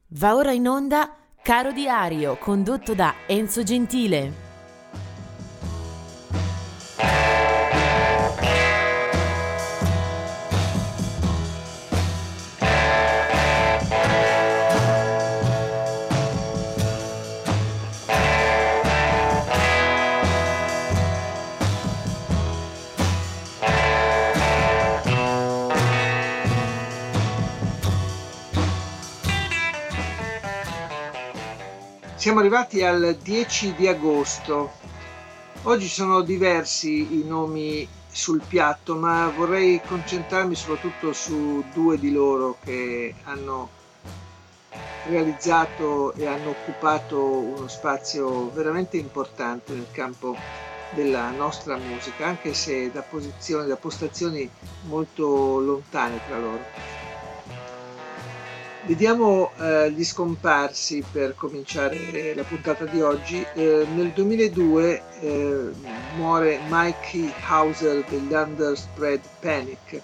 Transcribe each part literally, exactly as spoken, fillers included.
Va ora in onda Caro Diario, condotto da Enzo Gentile. Siamo arrivati al dieci di agosto. Oggi sono diversi i nomi sul piatto, ma vorrei concentrarmi soprattutto su due di loro che hanno realizzato e hanno occupato uno spazio veramente importante nel campo della nostra musica, anche se da posizioni, da postazioni molto lontane tra loro. Vediamo eh, gli scomparsi per cominciare la puntata di oggi. Eh, nel duemiladue eh, muore Mikey Hauser degli Underspread Panic.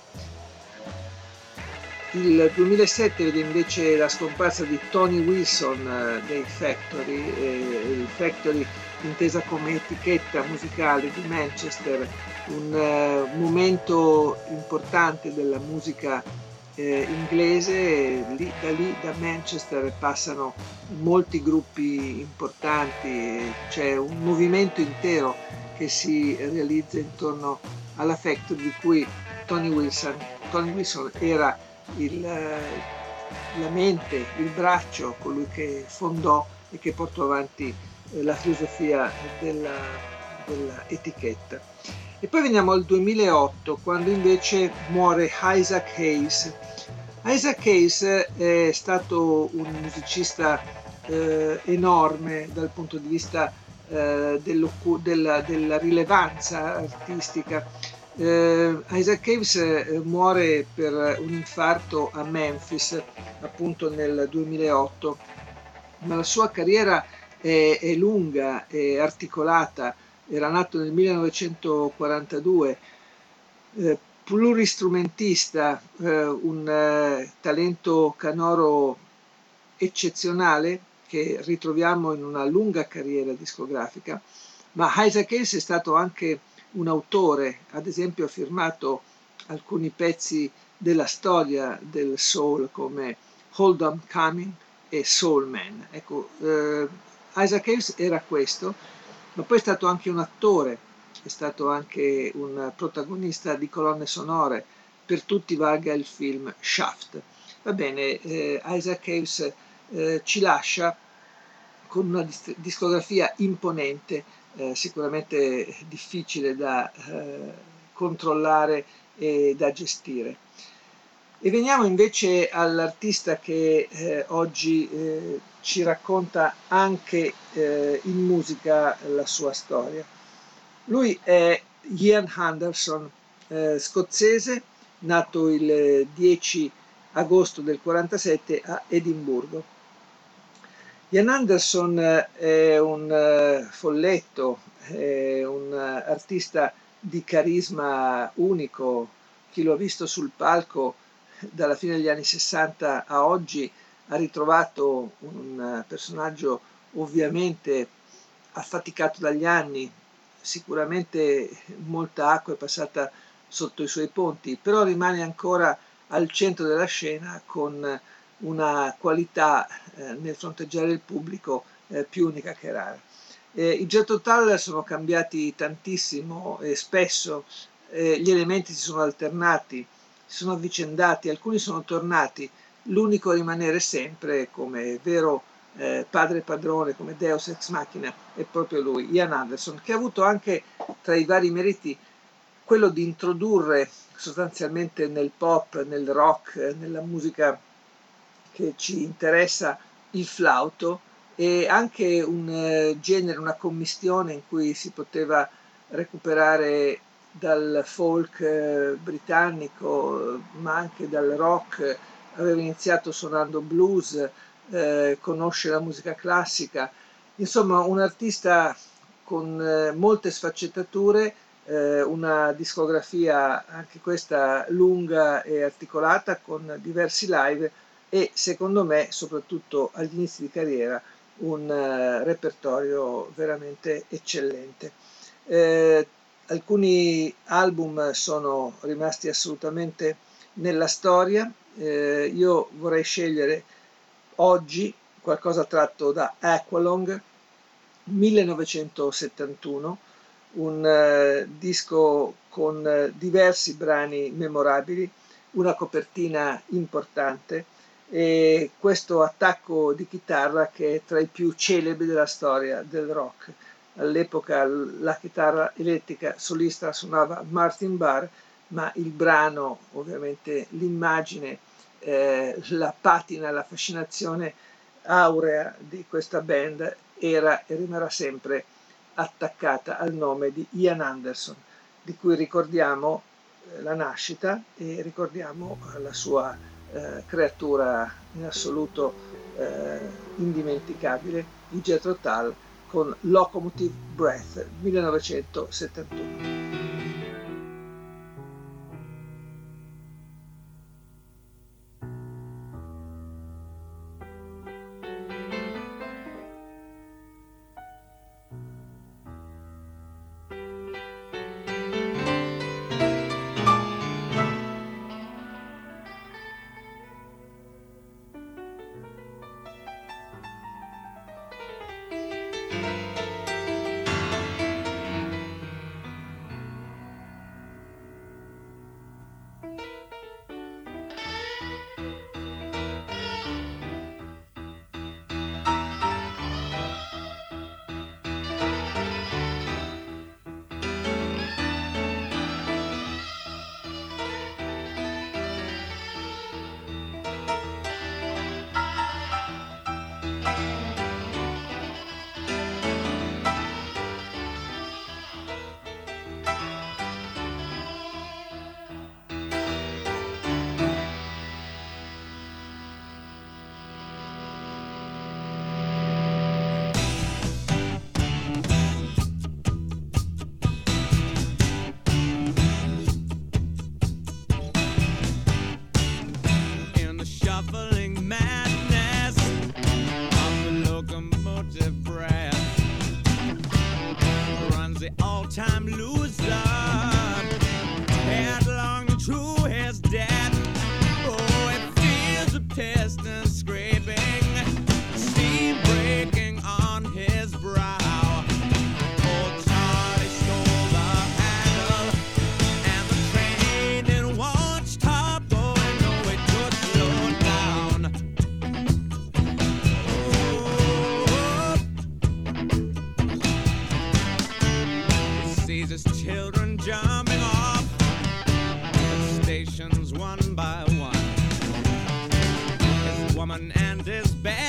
Il duemilasette vede invece la scomparsa di Tony Wilson eh, dei Factory, eh, il Factory intesa come etichetta musicale di Manchester, un eh, momento importante della musica Eh, inglese. Lì, da lì, da Manchester, passano molti gruppi importanti, c'è un movimento intero che si realizza intorno alla Factory, di cui Tony Wilson, Tony Wilson era il, la mente, il braccio, colui che fondò e che portò avanti la filosofia della, della etichetta. E poi veniamo al duemilaotto, quando invece muore Isaac Hayes. Isaac Hayes è stato un musicista eh, enorme dal punto di vista eh, della, della rilevanza artistica. Eh, Isaac Hayes eh, muore per un infarto a Memphis, appunto nel duemilaotto, ma la sua carriera è, è lunga, è articolata. Era nato nel millenovecentoquarantadue, eh, pluristrumentista, eh, un eh, talento canoro eccezionale che ritroviamo in una lunga carriera discografica, ma Isaac Hayes è stato anche un autore, ad esempio ha firmato alcuni pezzi della storia del soul come Hold On Coming e Soul Man. Ecco, eh, Isaac Hayes era questo, ma poi è stato anche un attore, è stato anche un protagonista di colonne sonore. Per tutti valga il film Shaft. Va bene, eh, Isaac Hayes eh, ci lascia con una discografia imponente, eh, sicuramente difficile da eh, controllare e da gestire. E veniamo invece all'artista che eh, oggi eh, ci racconta anche eh, in musica la sua storia. Lui è Ian Anderson, eh, scozzese, nato il dieci agosto del quarantasette a Edimburgo. Ian Anderson è un uh, folletto, è un uh, artista di carisma unico. Chi lo ha visto sul palco dalla fine degli anni sessanta a oggi ha ritrovato un uh, personaggio ovviamente affaticato dagli anni, sicuramente molta acqua è passata sotto i suoi ponti, però rimane ancora al centro della scena con una qualità eh, nel fronteggiare il pubblico eh, più unica che rara. Eh, I Jet Total sono cambiati tantissimo e spesso, eh, gli elementi si sono alternati, si sono avvicendati, alcuni sono tornati, l'unico a rimanere sempre come vero eh, padre padrone, come Deus ex machina, è proprio lui, Ian Anderson, che ha avuto anche tra i vari meriti quello di introdurre sostanzialmente nel pop, nel rock, nella musica che ci interessa il flauto, e anche un eh, genere, una commistione in cui si poteva recuperare dal folk eh, britannico, ma anche dal rock. Aveva iniziato suonando blues, eh, conosce la musica classica, insomma un artista con eh, molte sfaccettature, eh, una discografia anche questa lunga e articolata con diversi live e secondo me, soprattutto agli inizi di carriera, un uh, repertorio veramente eccellente. Eh, alcuni album sono rimasti assolutamente nella storia. Eh, io vorrei scegliere oggi qualcosa tratto da Aqualung millenovecentosettantuno, un eh, disco con eh, diversi brani memorabili, una copertina importante e questo attacco di chitarra che è tra i più celebri della storia del rock. All'epoca la chitarra elettrica solista suonava Martin Barre, ma il brano, ovviamente l'immagine, eh, la patina, la fascinazione aurea di questa band era e rimarrà sempre attaccata al nome di Ian Anderson, di cui ricordiamo eh, la nascita e ricordiamo la sua eh, creatura in assoluto eh, indimenticabile, di Jethro Tull con Locomotive Breath millenovecentosettantuno. Time loser, headlong to his death. Oh, it feels a piston scraping, steam breaking on his brow. Old Charlie stole the handle, and the train it won't stop going. No, it could slow down. Sees his children jumping off the stations one by one. His woman and his bed